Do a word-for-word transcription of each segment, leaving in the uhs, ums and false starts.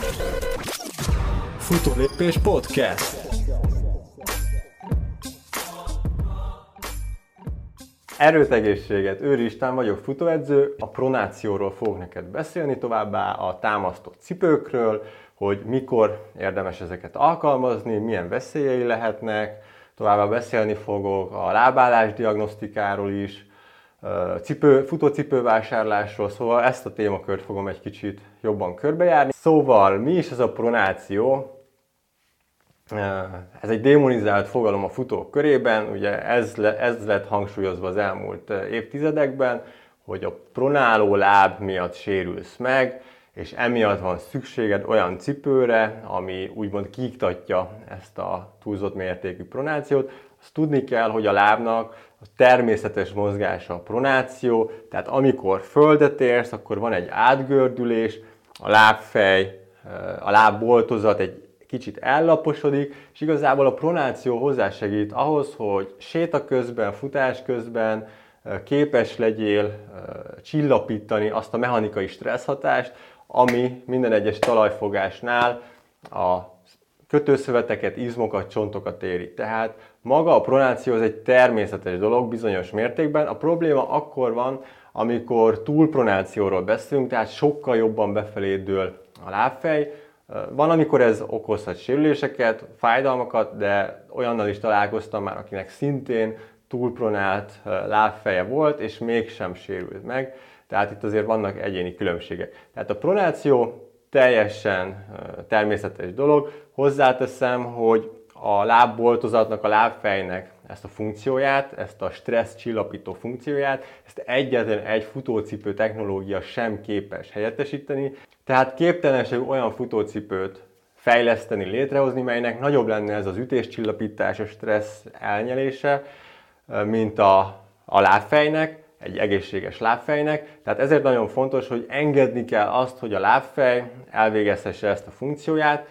Futólépés Podcast. Erőtegészséget, Őri István vagyok, futóedző, a pronációról fogok neked beszélni, továbbá a támasztott cipőkről, hogy mikor érdemes ezeket alkalmazni, milyen veszélyei lehetnek, továbbá beszélni fogok a lábállás diagnosztikáról is, cipő, futócipővásárlásról, szóval ezt a témakört fogom egy kicsit jobban körbejárni. Szóval mi is ez a pronáció? Ez egy démonizált fogalom a futók körében, ugye ez, le, ez lett hangsúlyozva az elmúlt évtizedekben, hogy a pronáló láb miatt sérülsz meg, és emiatt van szükséged olyan cipőre, ami úgymond kiiktatja ezt a túlzott mértékű pronációt. Azt tudni kell, hogy a lábnak a természetes mozgása a pronáció, tehát amikor földet érsz, akkor van egy átgördülés, a lábfej, a lábboltozat egy kicsit ellaposodik, és igazából a pronáció hozzásegít ahhoz, hogy séta közben, futás közben képes legyél csillapítani azt a mechanikai stresszhatást, ami minden egyes talajfogásnál a kötőszöveteket, izmokat, csontokat éri. Tehát maga a pronáció az egy természetes dolog bizonyos mértékben. A probléma akkor van, amikor túlpronációról beszélünk, tehát sokkal jobban befelé dől a lábfej. Van, amikor ez okozhat sérüléseket, fájdalmakat, de olyannal is találkoztam már, akinek szintén túlpronált lábfeje volt, és mégsem sérült meg. Tehát itt azért vannak egyéni különbségek. Tehát a pronáció teljesen természetes dolog. Hozzáteszem, hogy a lábboltozatnak, a lábfejnek ezt a funkcióját, ezt a stressz csillapító funkcióját, ezt egyetlen egy futócipő technológia sem képes helyettesíteni. Tehát képtelenség olyan futócipőt fejleszteni, létrehozni, melynek nagyobb lenne ez az ütéscsillapítás, a stressz elnyelése, mint a, a lábfejnek, egy egészséges lábfejnek. Tehát ezért nagyon fontos, hogy engedni kell azt, hogy a lábfej elvégezhesse ezt a funkcióját,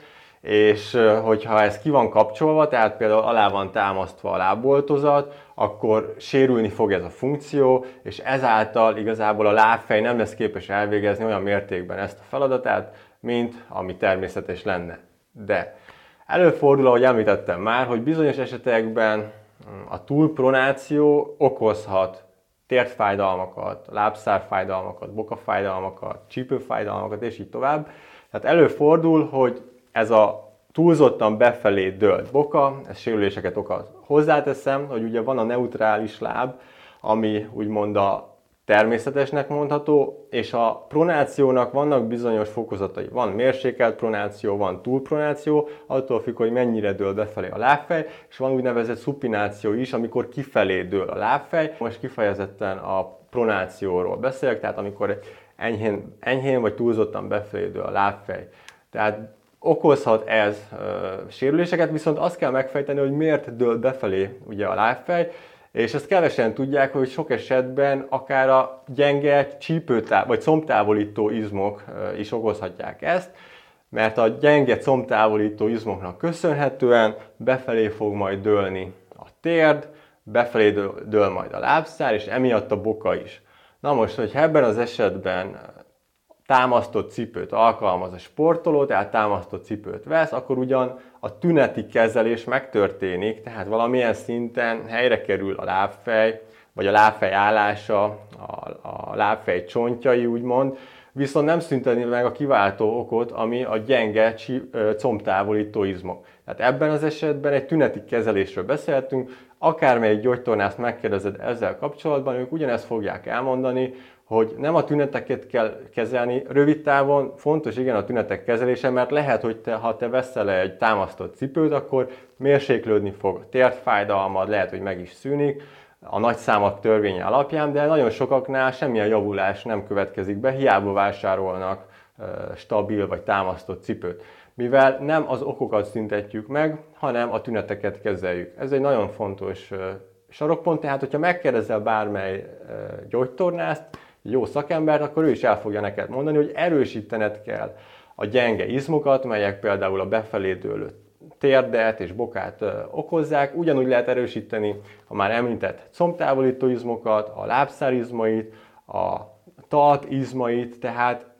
és hogyha ez ki van kapcsolva, tehát például alá van támasztva a lábboltozat, akkor sérülni fog ez a funkció, és ezáltal igazából a lábfej nem lesz képes elvégezni olyan mértékben ezt a feladatát, mint ami természetes lenne. De előfordul, ahogy említettem már, hogy bizonyos esetekben a túlpronáció okozhat térfájdalmakat, lábszárfájdalmakat, bokafájdalmakat, csípőfájdalmakat, és így tovább. Tehát előfordul, hogy ez a túlzottan befelé dőlt boka, ez sérüléseket okoz. Hozzáteszem, hogy ugye van a neutrális láb, ami úgymond a természetesnek mondható, és a pronációnak vannak bizonyos fokozatai. Van mérsékelt pronáció, van túlpronáció, attól függ, hogy mennyire dől befelé a lábfej, és van úgynevezett szupináció is, amikor kifelé dől a lábfej. Most kifejezetten a pronációról beszélek, tehát amikor enyhén, enyhén vagy túlzottan befelé dől a lábfej. Tehát okozhat ez uh, sérüléseket, viszont azt kell megfejteni, hogy miért dől befelé ugye a lábfej, és ezt kevesen tudják, hogy sok esetben akár a gyenge csípőtáv, vagy combtávolító izmok uh, is okozhatják ezt, mert a gyenge combtávolító izmoknak köszönhetően befelé fog majd dőlni a térd, befelé dől, dől majd a lábszár, és emiatt a boka is. Na most, hogyha ebben az esetben támasztott cipőt alkalmaz a sportoló, tehát támasztott cipőt vesz, akkor ugyan a tüneti kezelés megtörténik, tehát valamilyen szinten helyre kerül a lábfej, vagy a lábfej állása, a, a lábfej csontjai úgymond, viszont nem szünteni meg a kiváltó okot, ami a gyenge combtávolító izmok. Tehát ebben az esetben egy tüneti kezelésről beszéltünk, akármelyik gyógytornászt megkérdezed ezzel kapcsolatban, ők ugyanezt fogják elmondani, hogy nem a tüneteket kell kezelni, rövid távon fontos igen a tünetek kezelése, mert lehet, hogy te, ha te veszel egy támasztott cipőt, akkor mérséklődni fog a térfájdalmad, lehet, hogy meg is szűnik a nagyszámok törvénye alapján, de nagyon sokaknál semmilyen javulás nem következik be, hiába vásárolnak stabil vagy támasztott cipőt. Mivel nem az okokat szüntetjük meg, hanem a tüneteket kezeljük. Ez egy nagyon fontos sarokpont, tehát hogyha megkérdezel bármely gyógytornászt, jó szakembert, akkor ő is el fogja neked mondani, hogy erősítened kell a gyenge izmokat, melyek például a befelé dőlő térdet és bokát okozzák. Ugyanúgy lehet erősíteni a már említett combtávolító izmokat, a lábszárizmait, a talp izmait, tehát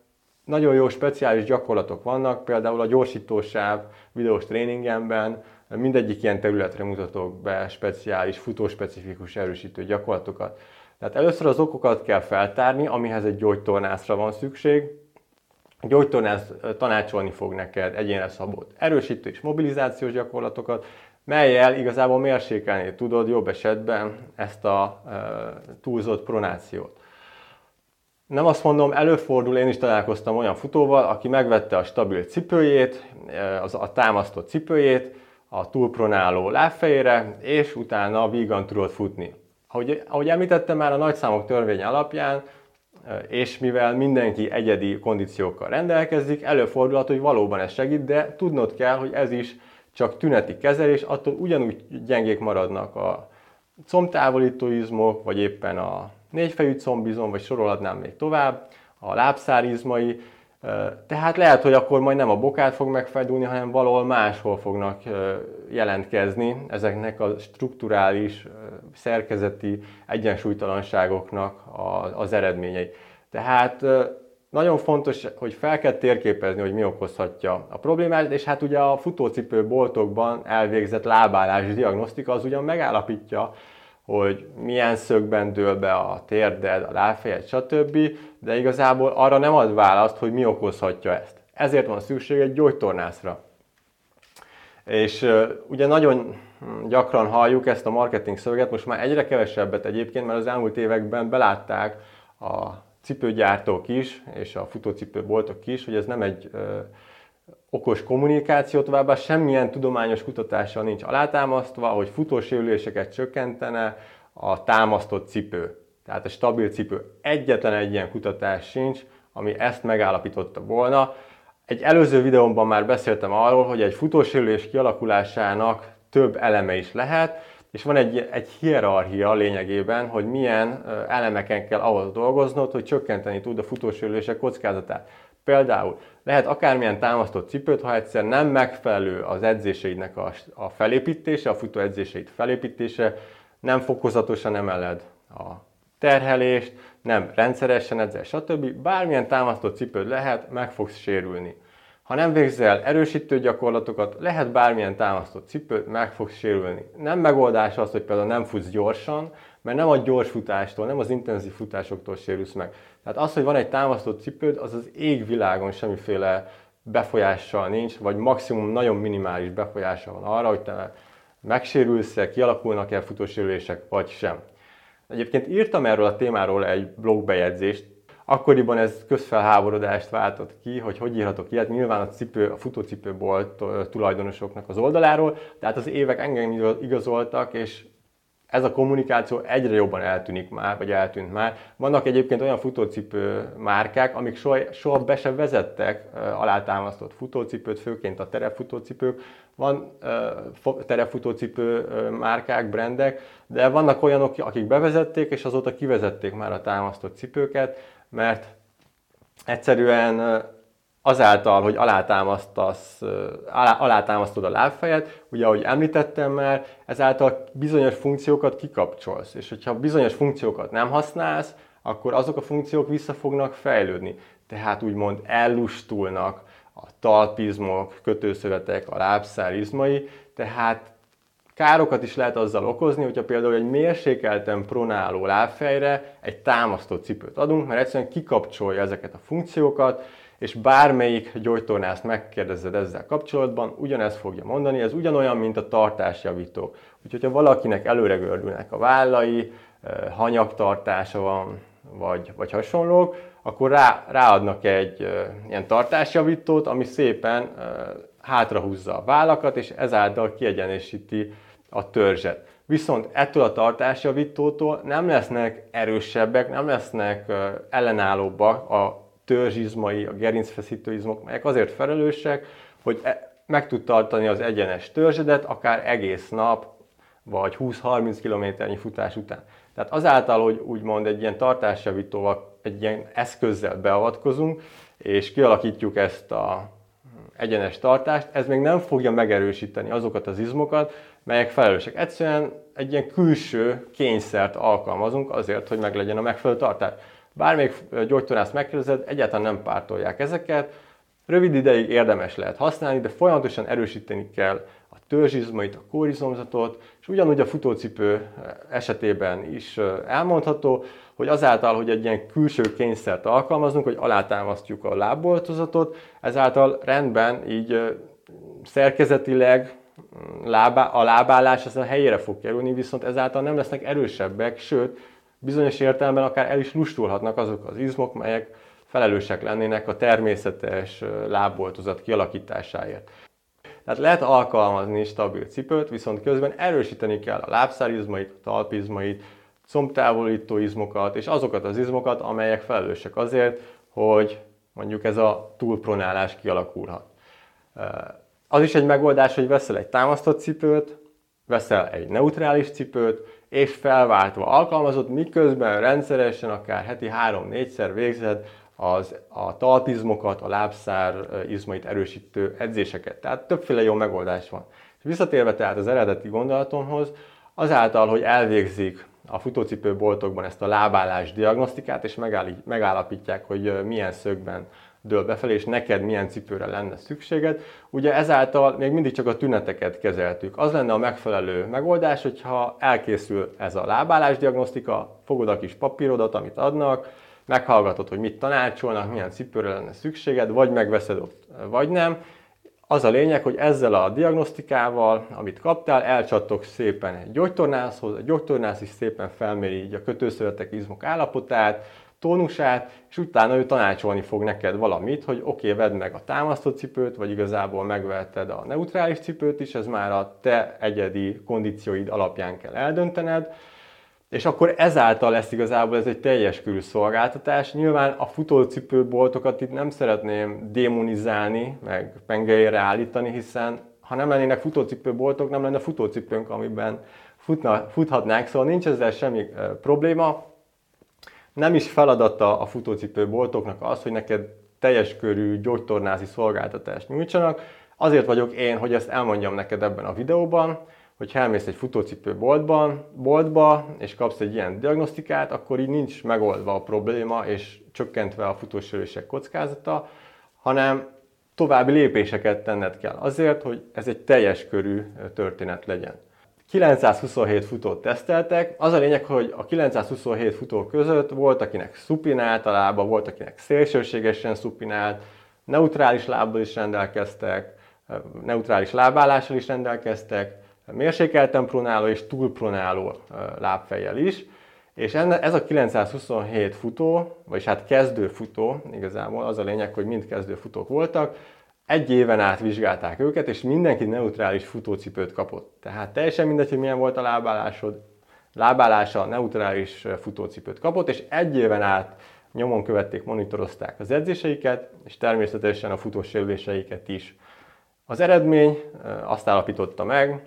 nagyon jó speciális gyakorlatok vannak, például a gyorsítósáv videós tréningemben mindegyik ilyen területre mutatok be speciális, futóspecifikus erősítő gyakorlatokat. Tehát először az okokat kell feltárni, amihez egy gyógytornászra van szükség. A gyógytornász tanácsolni fog neked egyénre szabott erősítő és mobilizációs gyakorlatokat, mellyel igazából mérsékelni tudod jobb esetben ezt a e, túlzott pronációt. Nem azt mondom, előfordul, én is találkoztam olyan futóval, aki megvette a stabil cipőjét, az a támasztott cipőjét a túlpronáló lábfejére, és utána vígan tudott futni. Ahogy, ahogy említettem már, a nagyszámok törvénye alapján, és mivel mindenki egyedi kondíciókkal rendelkezik, előfordulhat, hogy valóban ez segít, de tudnod kell, hogy ez is csak tüneti kezelés, attól ugyanúgy gyengék maradnak a combtávolító izmok, vagy éppen a négyfejű combizom, vagy sorolhatnám még tovább, a lábszárizmai, tehát lehet, hogy akkor majd nem a bokát fog megfájdulni, hanem valahol máshol fognak jelentkezni ezeknek a strukturális, szerkezeti egyensúlytalanságoknak az eredményei. Tehát nagyon fontos, hogy fel kell térképezni, hogy mi okozhatja a problémát, és hát ugye a futócipő boltokban elvégzett lábállás diagnosztika az ugyan megállapítja, hogy milyen szögben dől be a térded, a lábfejed, stb., de igazából arra nem ad választ, hogy mi okozhatja ezt. Ezért van szükség egy gyógytornászra. És uh, ugye nagyon gyakran halljuk ezt a marketing szöveget, most már egyre kevesebbet egyébként, mert az elmúlt években belátták a cipőgyártók is, és a futócipőboltok is, hogy ez nem egy uh, okos kommunikáció, továbbá semmilyen tudományos kutatással nincs alátámasztva, hogy futósérüléseket csökkentene a támasztott cipő. Tehát a stabil cipő. Egyetlen egy ilyen kutatás sincs, ami ezt megállapította volna. Egy előző videómban már beszéltem arról, hogy egy futósérülés kialakulásának több eleme is lehet, és van egy, egy hierarchia lényegében, hogy milyen elemeken kell ahhoz dolgoznod, hogy csökkenteni tud a futósérülések kockázatát. Például lehet akármilyen támasztott cipőt, ha egyszer nem megfelelő az edzéseidnek a, a felépítése, a futó edzéseid felépítése, nem fokozatosan emeled a terhelést, nem rendszeresen edzel, stb. Bármilyen támasztott cipőd lehet, meg fogsz sérülni. Ha nem végzel erősítő gyakorlatokat, lehet bármilyen támasztott cipőt, meg fogsz sérülni. Nem megoldás az, hogy például nem futsz gyorsan, mert nem a gyors futástól, nem az intenzív futásoktól sérülsz meg. Tehát az, hogy van egy támasztott cipőd, az az égvilágon semmiféle befolyással nincs, vagy maximum nagyon minimális befolyása van arra, hogy te megsérülsz-e, kialakulnak-e futósérülések, vagy sem. Egyébként írtam erről a témáról egy blogbejegyzést, akkoriban ez közfelháborodást váltott ki, hogy hogy írhatok ilyet, nyilván a, cipő, a futócipőbolt tulajdonosoknak az oldaláról, tehát az évek engem igazoltak, és ez a kommunikáció egyre jobban eltűnik már, vagy eltűnt már. Vannak egyébként olyan futócipő márkák, amik soha, soha be se vezettek uh, alátámasztott futócipőt, főként a terepfutócipők. Van uh, terepfutócipő uh, márkák, brandek, de vannak olyanok, akik bevezették, és azóta kivezették már a támasztott cipőket, mert egyszerűen uh, azáltal, hogy alátámasztasz, alátámasztod a lábfejet, ugye ahogy említettem már, ezáltal bizonyos funkciókat kikapcsolsz, és hogyha bizonyos funkciókat nem használsz, akkor azok a funkciók vissza fognak fejlődni. Tehát úgymond ellustulnak a talpizmok, kötőszövetek, a lábszár izmai, tehát károkat is lehet azzal okozni, hogyha például egy mérsékelten pronáló lábfejre egy támasztott cipőt adunk, mert egyszerűen kikapcsolja ezeket a funkciókat, és bármelyik gyógytornászt megkérdezed ezzel kapcsolatban, ugyanezt fogja mondani, ez ugyanolyan, mint a tartásjavító. Úgyhogy ha valakinek előre gördülnek a vállai, hanyagtartása van, vagy, vagy hasonlók, akkor rá, ráadnak egy e, ilyen tartásjavítót, ami szépen e, hátrahúzza a vállakat, és ezáltal kiegyenesíti a törzset. Viszont ettől a tartásjavítótól nem lesznek erősebbek, nem lesznek e, ellenállóbbak a törzsizmai, a gerincfeszítő izmok, melyek azért felelősek, hogy meg tud tartani az egyenes törzsedet, akár egész nap, vagy húsz-harminc kilométernyi futás után. Tehát azáltal, hogy úgymond egy ilyen tartásjavítóval, egy ilyen eszközzel beavatkozunk, és kialakítjuk ezt az egyenes tartást, ez még nem fogja megerősíteni azokat az izmokat, melyek felelősek. Egyszerűen egy ilyen külső kényszert alkalmazunk azért, hogy meglegyen a megfelelő tartás. Bármelyik gyógytornász megkérdezed, egyáltalán nem pártolják ezeket. Rövid ideig érdemes lehet használni, de folyamatosan erősíteni kell a törzsizmait, a kórizomzatot, és ugyanúgy a futócipő esetében is elmondható, hogy azáltal, hogy egy ilyen külső kényszert alkalmazunk, hogy alátámasztjuk a lábboltozatot, ezáltal rendben így szerkezetileg a lábállás ez a helyére fog kerülni, viszont ezáltal nem lesznek erősebbek, sőt, bizonyos értelemben akár el is lustulhatnak azok az izmok, melyek felelősek lennének a természetes lábboltozat kialakításáért. Tehát lehet alkalmazni stabil cipőt, viszont közben erősíteni kell a lábszárizmait, a talpizmait, combtávolító izmokat és azokat az izmokat, amelyek felelősek azért, hogy mondjuk ez a túlpronálás kialakulhat. Az is egy megoldás, hogy veszel egy támasztott cipőt, veszel egy neutrális cipőt, és felváltva alkalmazod, miközben rendszeresen, akár heti három-négyszer végzed az, a talpizmokat, a lábszár izmait erősítő edzéseket. Tehát többféle jó megoldás van. És visszatérve tehát az eredeti gondolatomhoz, azáltal, hogy elvégzik a futócipőboltokban ezt a lábállás diagnosztikát, és megállapítják, hogy milyen szögben dől befelé, és neked milyen cipőre lenne szükséged. Ugye ezáltal még mindig csak a tüneteket kezeltük. Az lenne a megfelelő megoldás, hogyha elkészül ez a lábállás diagnosztika, fogod a kis papírodat, amit adnak, meghallgatod, hogy mit tanácsolnak, milyen cipőre lenne szükséged, vagy megveszed ott, vagy nem. Az a lényeg, hogy ezzel a diagnosztikával, amit kaptál, elcsattok szépen egy gyógytornászhoz, a gyógytornász is szépen felméri így a kötőszövetek, izmok állapotát, tónusát, és utána ő tanácsolni fog neked valamit, hogy oké, okay, vedd meg a támasztott cipőt, vagy igazából megveheted a neutrális cipőt is, ez már a te egyedi kondícióid alapján kell eldöntened, és akkor ezáltal lesz igazából ez egy teljes körű szolgáltatás. Nyilván a futócipőboltokat itt nem szeretném démonizálni, meg pengelére állítani, hiszen ha nem lennének futócipőboltok, nem lenne futócipőnk, amiben futna, futhatnánk, szóval nincs ezzel semmi e, probléma. Nem is feladata a futócipőboltoknak az, hogy neked teljes körű gyógytornázi szolgáltatást nyújtsanak. Azért vagyok én, hogy ezt elmondjam neked ebben a videóban, hogy elmész egy futócipőboltban, boltba, és kapsz egy ilyen diagnosztikát, akkor így nincs megoldva a probléma, és csökkentve a futósérülések kockázata, hanem további lépéseket tenned kell azért, hogy ez egy teljes körű történet legyen. kilencszázhuszonhét futót teszteltek, az a lényeg, hogy a kilencszázhuszonhét futó között volt, akinek szupinált a lába, volt, akinek szélsőségesen szupinált, neutrális lábbal is rendelkeztek, neutrális lábállással is rendelkeztek, mérsékelten pronáló és túlpronáló lábfejjel is. És ez a kilencszázhuszonhét futó, vagyis hát kezdő futó, igazából az a lényeg, hogy mind kezdő futók voltak, egy éven át vizsgálták őket, és mindenki neutrális futócipőt kapott. Tehát teljesen mindegy, hogy milyen volt a lábállásod, lábállása neutrális futócipőt kapott, és egy éven át nyomon követték, monitorozták az edzéseiket, és természetesen a futósérüléseiket is. Az eredmény azt állapította meg,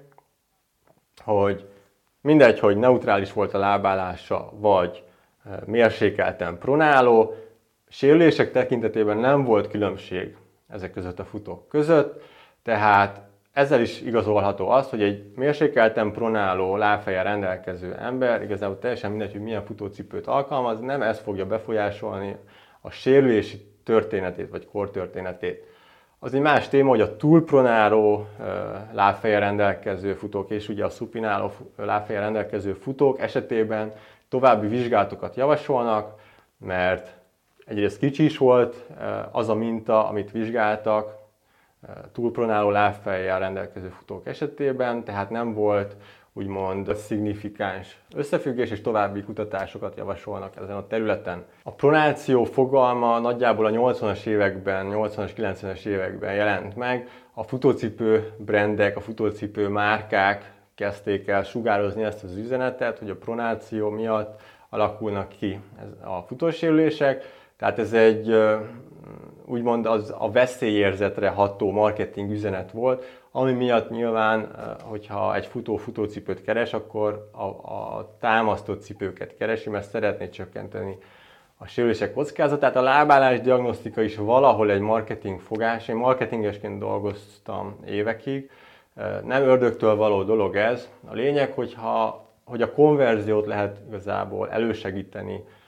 hogy mindegy, hogy neutrális volt a lábállása, vagy mérsékelten pronáló, sérülések tekintetében nem volt különbség ezek között a futók között, tehát ezzel is igazolható az, hogy egy mérsékelten pronáló lábfejjel rendelkező ember, igazából teljesen mindegy, hogy milyen futócipőt alkalmaz, nem ez fogja befolyásolni a sérülési történetét, vagy kortörténetét. Az egy más téma, hogy a túlpronáló lábfejjel rendelkező futók és ugye a szupináló lábfejjel rendelkező futók esetében további vizsgálatokat javasolnak, mert egyrészt kicsi is volt az a minta, amit vizsgáltak túlpronáló lábfejjel rendelkező futók esetében, tehát nem volt úgymond szignifikáns összefüggés, és további kutatásokat javasolnak ezen a területen. A pronáció fogalma nagyjából a nyolcvanas években, nyolcvanas, kilencvenes években jelent meg. A futócipő brandek, a futócipő márkák kezdték el sugározni ezt az üzenetet, hogy a pronáció miatt alakulnak ki a futósérülések. Tehát ez egy úgymond az a veszélyérzetre ható marketing üzenet volt, ami miatt nyilván, hogyha egy futó futócipőt keres, akkor a, a támasztott cipőket keresi, mert szeretné csökkenteni a sérülések kockázatát. A lábállás diagnosztika is valahol egy marketing fogás. Én marketingesként dolgoztam évekig. Nem ördögtől való dolog ez. A lényeg, hogyha, hogy a konverziót lehet igazából elősegíteni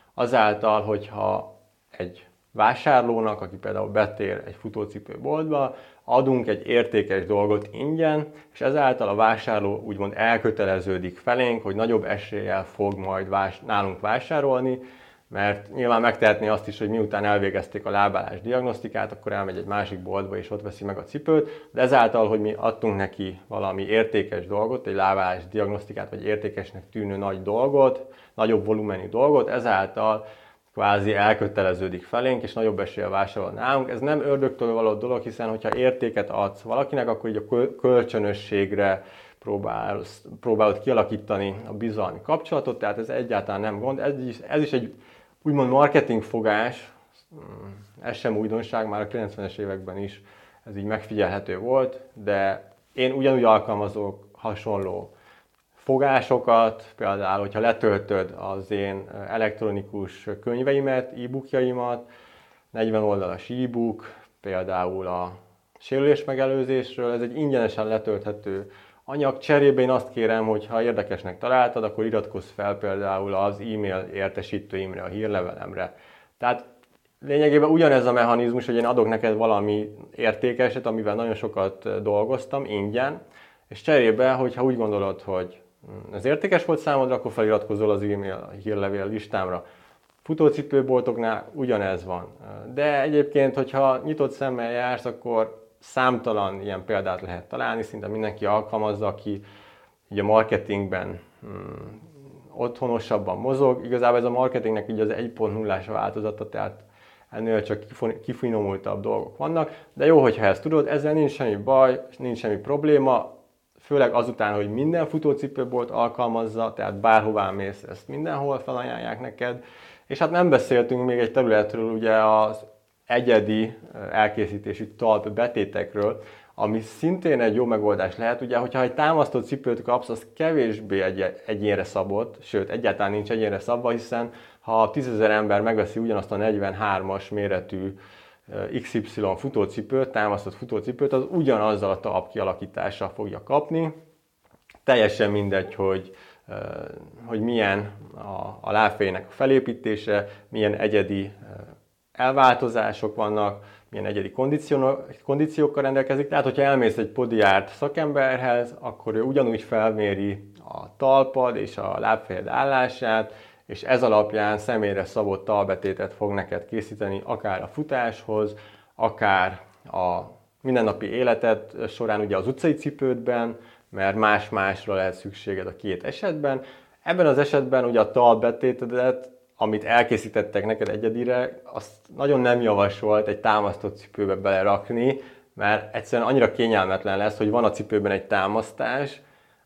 azáltal, hogyha egy vásárlónak, aki például betér egy futócipőboltba, adunk egy értékes dolgot ingyen, és ezáltal a vásárló úgymond elköteleződik felénk, hogy nagyobb eséllyel fog majd vás- nálunk vásárolni, mert nyilván megtehetné azt is, hogy miután elvégezték a lábállás diagnosztikát, akkor elmegy egy másik boltba és ott veszi meg a cipőt, de ezáltal, hogy mi adtunk neki valami értékes dolgot, egy lábállás diagnosztikát, vagy értékesnek tűnő nagy dolgot, nagyobb volumenű dolgot, ezáltal kvázi elköteleződik felénk, és nagyobb eséllyel vásárol nálunk. Ez nem ördögtől való dolog, hiszen hogyha értéket adsz valakinek, akkor így a kölcsönösségre próbál, próbálod kialakítani a bizalmi kapcsolatot, tehát ez egyáltalán nem gond. Ez is, ez is egy úgymond marketing fogás, ez sem újdonság, már a kilencvenes években is ez így megfigyelhető volt, de én ugyanúgy alkalmazok hasonló fogásokat, például, hogyha letöltöd az én elektronikus könyveimet, e-bookjaimat, negyven oldalas e-book, például a sérülés megelőzésről, ez egy ingyenesen letölthető anyag. Cserébe én azt kérem, hogy ha érdekesnek találtad, akkor iratkozz fel például az e-mail értesítőimre, a hírlevelemre. Tehát lényegében ugyanez a mechanizmus, hogy én adok neked valami értékeset, amivel nagyon sokat dolgoztam ingyen, és cserébe, hogyha úgy gondolod, hogy ez értékes volt számodra, akkor feliratkozol az e-mail hírlevél listámra. Futócipőboltoknál ugyanez van. De egyébként, hogyha nyitott szemmel jársz, akkor számtalan ilyen példát lehet találni, szinte mindenki alkalmazza, aki így a marketingben hmm, otthonosabban mozog. Igazából ez a marketingnek így az egy pont nullás változata, tehát ennél csak kifinomultabb dolgok vannak. De jó, hogyha ezt tudod, ezzel nincs semmi baj, nincs semmi probléma, főleg azután, hogy minden futócipőbolt alkalmazza, tehát bárhová mész, ezt mindenhol felajánlják neked. És hát nem beszéltünk még egy területről, ugye az egyedi elkészítésű talp betétekről, ami szintén egy jó megoldás lehet, ugye, hogyha egy támasztott cipőt kapsz, az kevésbé egy, egyénre szabott, sőt, egyáltalán nincs egyénre szabva, hiszen ha tízezer ember megveszi ugyanazt a negyvenhármas méretű iksz ipszilon futócipőt, támasztott futócipőt, az ugyanazzal a talp kialakítással fogja kapni. Teljesen mindegy, hogy, hogy milyen a, a lábfejének a felépítése, milyen egyedi elváltozások vannak, milyen egyedi kondíciókkal rendelkezik. Tehát, hogyha elmész egy podiárt szakemberhez, akkor ő ugyanúgy felméri a talpad és a lábfejed állását, és ez alapján személyre szabott talbetétet fog neked készíteni, akár a futáshoz, akár a mindennapi életed során, ugye az utcai cipődben, mert más-másra lehet szükséged a két esetben. Ebben az esetben ugye a talbetétedet, amit elkészítettek neked egyedire, azt nagyon nem javasolt egy támasztott cipőbe belerakni, mert egyszerűen annyira kényelmetlen lesz, hogy van a cipőben egy támasztás,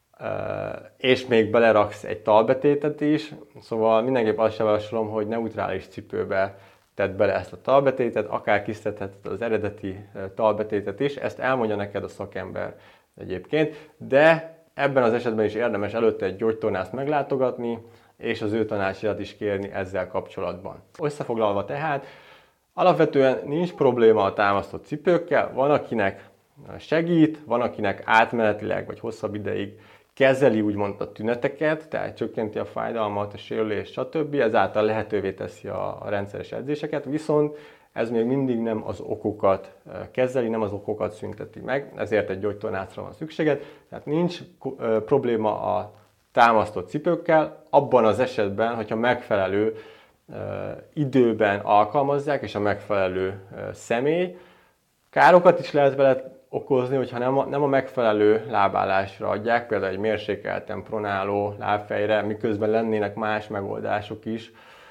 és még beleraksz egy talbetétet is, szóval mindenképp azt javaslom, hogy neutrális cipőbe tedd bele ezt a talbetétet, akár kiszedheted az eredeti talbetétet is, ezt elmondja neked a szakember egyébként, de ebben az esetben is érdemes előtte egy gyógytornászt meglátogatni, és az ő tanácsát is kérni ezzel kapcsolatban. Összefoglalva tehát, alapvetően nincs probléma a támasztott cipőkkel, van akinek segít, van akinek átmenetileg vagy hosszabb ideig kezeli úgymond a tüneteket, tehát csökkenti a fájdalmat, a sérülést, stb. Ezáltal lehetővé teszi a rendszeres edzéseket, viszont ez még mindig nem az okokat kezeli, nem az okokat szünteti meg, ezért egy gyógytornászra van szükséged. Tehát nincs probléma a támasztott cipőkkel, abban az esetben, hogyha megfelelő időben alkalmazzák, és a megfelelő személy. Károkat is lehet vele okozni, hogyha nem a, nem a megfelelő lábállásra adják, például egy mérsékelten pronáló lábfejre, miközben lennének más megoldások is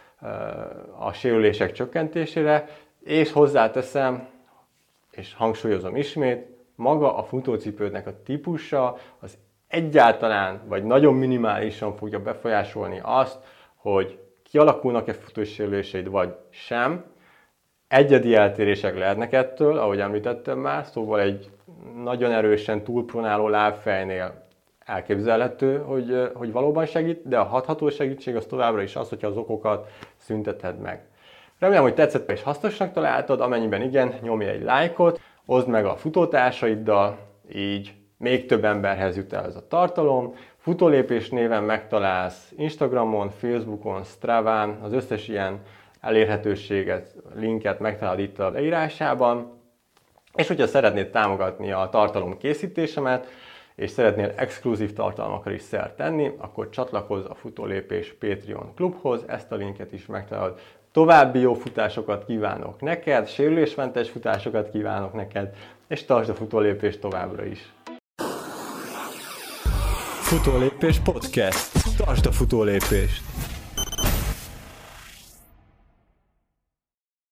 a sérülések csökkentésére, és hozzáteszem, és hangsúlyozom ismét, maga a futócipődnek a típusa az egyáltalán, vagy nagyon minimálisan fogja befolyásolni azt, hogy kialakulnak-e futósérüléseid, vagy sem. Egyedi eltérések lehetnek ettől, ahogy említettem már, szóval egy nagyon erősen túlpronáló lábfejnél elképzelhető, hogy, hogy valóban segít, de a hatható segítség az továbbra is az, hogyha az okokat szünteted meg. Remélem, hogy tetszett és hasznosnak találtad, amennyiben igen, nyomj egy lájkot, oszd meg a futótársaiddal, így még több emberhez jut el ez a tartalom. Futólépés néven megtalálsz Instagramon, Facebookon, Straván, az összes ilyen elérhetőséget, linket megtalálod itt a leírásában. És hogyha szeretnéd támogatni a tartalom készítésemet, és szeretnél exkluzív tartalmakra is szert tenni, akkor csatlakozz a Futólépés Patreon klubhoz, ezt a linket is megtalálod. További jó futásokat kívánok neked, sérülésmentes futásokat kívánok neked, és tartsd a futólépést továbbra is. Futólépés Podcast. Tartsd a futólépést!